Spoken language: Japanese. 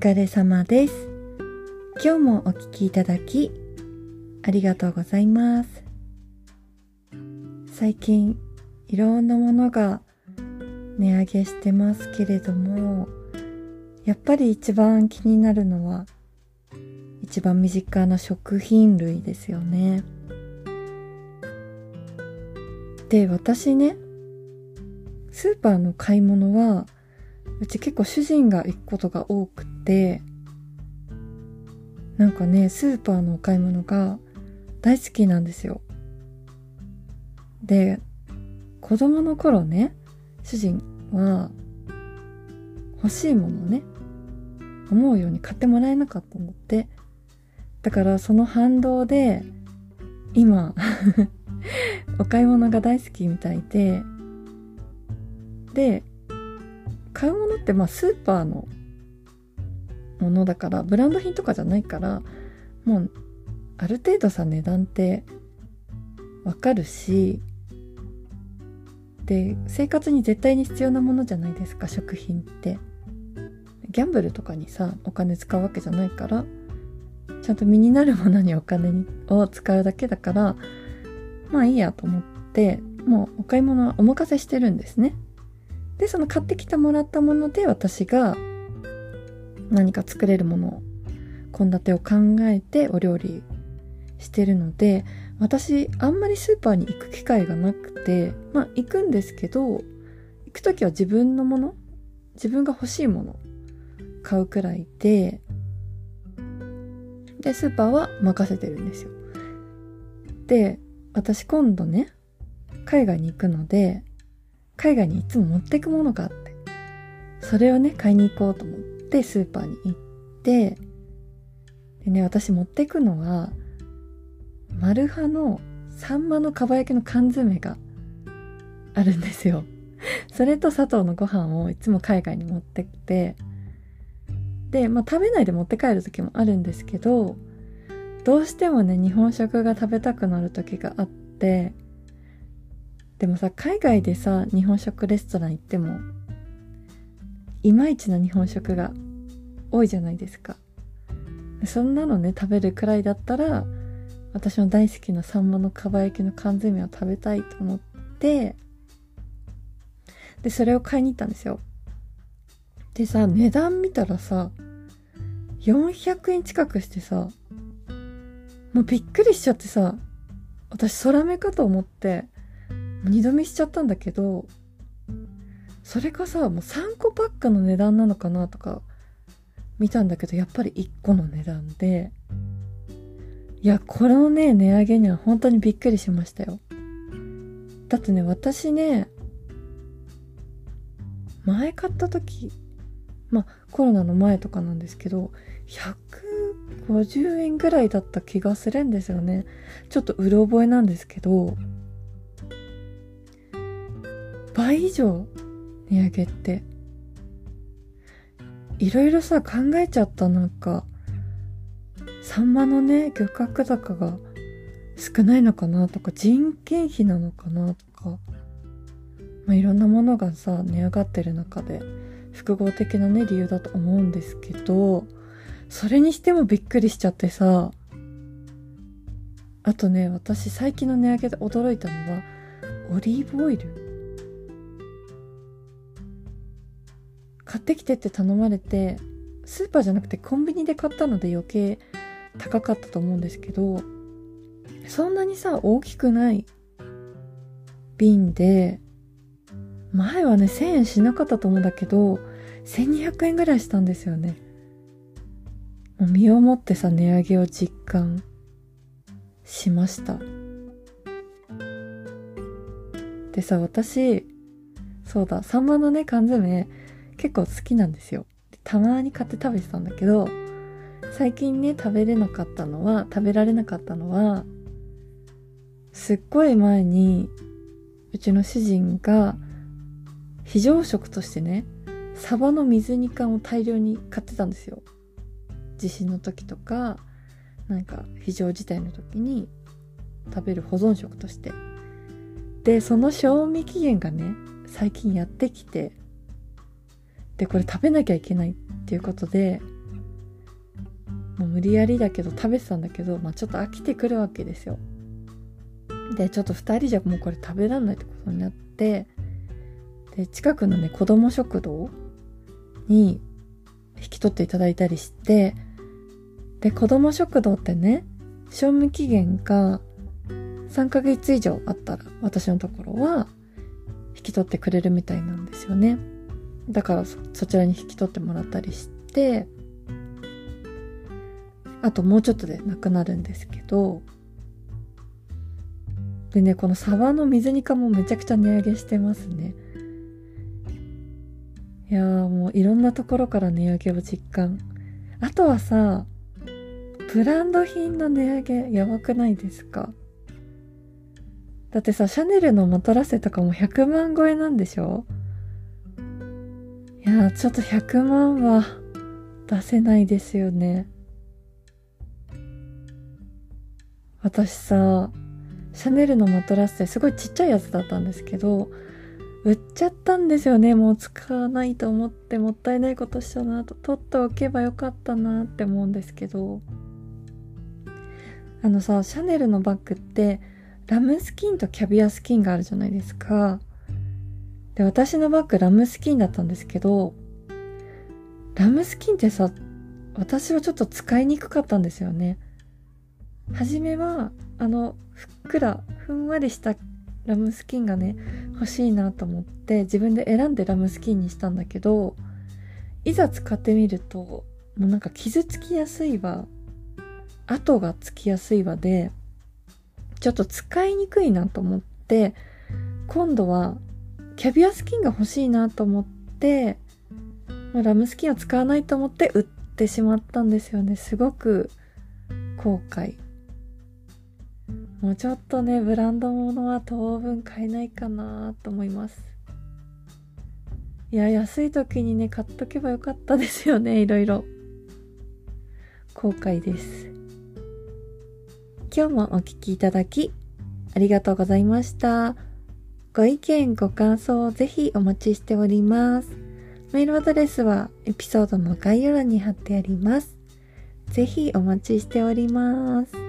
疲れ様です。今日もお聞きいただきありがとうございます。最近いろんなものが値上げしてますけれども、やっぱり一番気になるのは一番身近な食品類ですよね。で、私ね、スーパーの買い物はうち結構主人が行くことが多くて、なんかね、スーパーのお買い物が大好きなんですよ。で、子供の頃ね、主人は欲しいものをね、思うように買ってもらえなかったんだって。だからその反動で今お買い物が大好きみたいで、買うものってスーパーのものだから、ブランド品とかじゃないから、もうある程度さ、値段ってわかるし、で、生活に絶対に必要なものじゃないですか、食品って。ギャンブルとかにさ、お金使うわけじゃないから、ちゃんと身になるものにお金を使うだけだから、まあいいやと思って、もうお買い物はお任せしてるんですね。で、その買ってきてもらったもので私が何か作れるものを、献立を考えてお料理してるので、私あんまりスーパーに行く機会がなくて、行くんですけど、行くときは自分のもの、自分が欲しいもの買うくらいで、スーパーは任せてるんですよ。で、私今度ね、海外に行くので、海外にいつも持ってくものがあって、それをね、買いに行こうと思ってスーパーに行って、でね、私持ってくのはマルハのサンマのかば焼きの缶詰があるんですよ。それと砂糖のご飯をいつも海外に持ってって、で、食べないで持って帰る時もあるんですけど、どうしてもね、日本食が食べたくなる時があって、でもさ、海外でさ、日本食レストラン行ってもいまいちな日本食が多いじゃないですか。そんなのね、食べるくらいだったら、私の大好きなサンマのかば焼きの缶詰を食べたいと思って、で、それを買いに行ったんですよ。でさ、値段見たらさ、400円近くしてさ、もうびっくりしちゃってさ、私空目かと思って二度見しちゃったんだけど、それがさ、もう3個パックの値段なのかなとか見たんだけど、やっぱり1個の値段で、いや、このね、値上げには本当にびっくりしましたよ。だってね、私ね、前買った時、コロナの前とかなんですけど、150円ぐらいだった気がするんですよね。ちょっとうろ覚えなんですけど、倍以上値上げって、いろいろさ、考えちゃった。なんかサンマのね、漁獲高が少ないのかなとか、人件費なのかなとか、いろんなものがさ、値上がってる中で複合的なね、理由だと思うんですけど、それにしてもびっくりしちゃってさ。あとね、私最近の値上げで驚いたのはオリーブオイル。買ってきてって頼まれて、スーパーじゃなくてコンビニで買ったので余計高かったと思うんですけど、そんなにさ、大きくない瓶で、前はね、1000円しなかったと思うんだけど、1200円ぐらいしたんですよね。もう身をもってさ、値上げを実感しました。でさ、私、そうだ、サンマのね、缶詰結構好きなんですよ。たまに買って食べてたんだけど、最近ね、食べられなかったのは、すっごい前にうちの主人が非常食としてね、サバの水煮缶を大量に買ってたんですよ。地震の時とか、なんか非常事態の時に食べる保存食として。で、その賞味期限がね、最近やってきて、で、これ食べなきゃいけないっていうことで、 もう無理やりだけど食べてたんだけど、ちょっと飽きてくるわけですよ。でちょっと2人じゃもうこれ食べらんないってことになって、で近くのね子ども食堂に引き取っていただいたりして、で子ども食堂ってね、賞味期限が3ヶ月以上あったら私のところは引き取ってくれるみたいなんですよね。だからそちらに引き取ってもらったりして、あともうちょっとでなくなるんですけど、でね、このサバの水煮缶もめちゃくちゃ値上げしてますね。いやー、もういろんなところから値上げを実感。あとはさ、ブランド品の値上げやばくないですか？だってさ、シャネルのマトラッセとかも100万超えなんでしょ？いやー、ちょっと100万は出せないですよね。私さ、シャネルのマトラッセすごいちっちゃいやつだったんですけど、売っちゃったんですよね。もう使わないと思って、もったいないことしたなと、取っておけばよかったなって思うんですけど、シャネルのバッグってラムスキンとキャビアスキンがあるじゃないですか。で、私のバッグラムスキンだったんですけど、ラムスキンってさ、私はちょっと使いにくかったんですよね。初めはふっくらふんわりしたラムスキンがね欲しいなと思って自分で選んでラムスキンにしたんだけど、いざ使ってみるともうなんか傷つきやすいわ、跡がつきやすいわでちょっと使いにくいなと思って、今度はキャビアスキンが欲しいなと思って、ラムスキンを使わないと思って売ってしまったんですよね。すごく後悔。もうちょっとね、ブランド物は当分買えないかなと思います。いや、安い時にね、買っとけばよかったですよね、いろいろ。後悔です。今日もお聞きいただき、ありがとうございました。ご意見、ご感想をぜひお待ちしております。メールアドレスはエピソードの概要欄に貼ってあります。ぜひお待ちしております。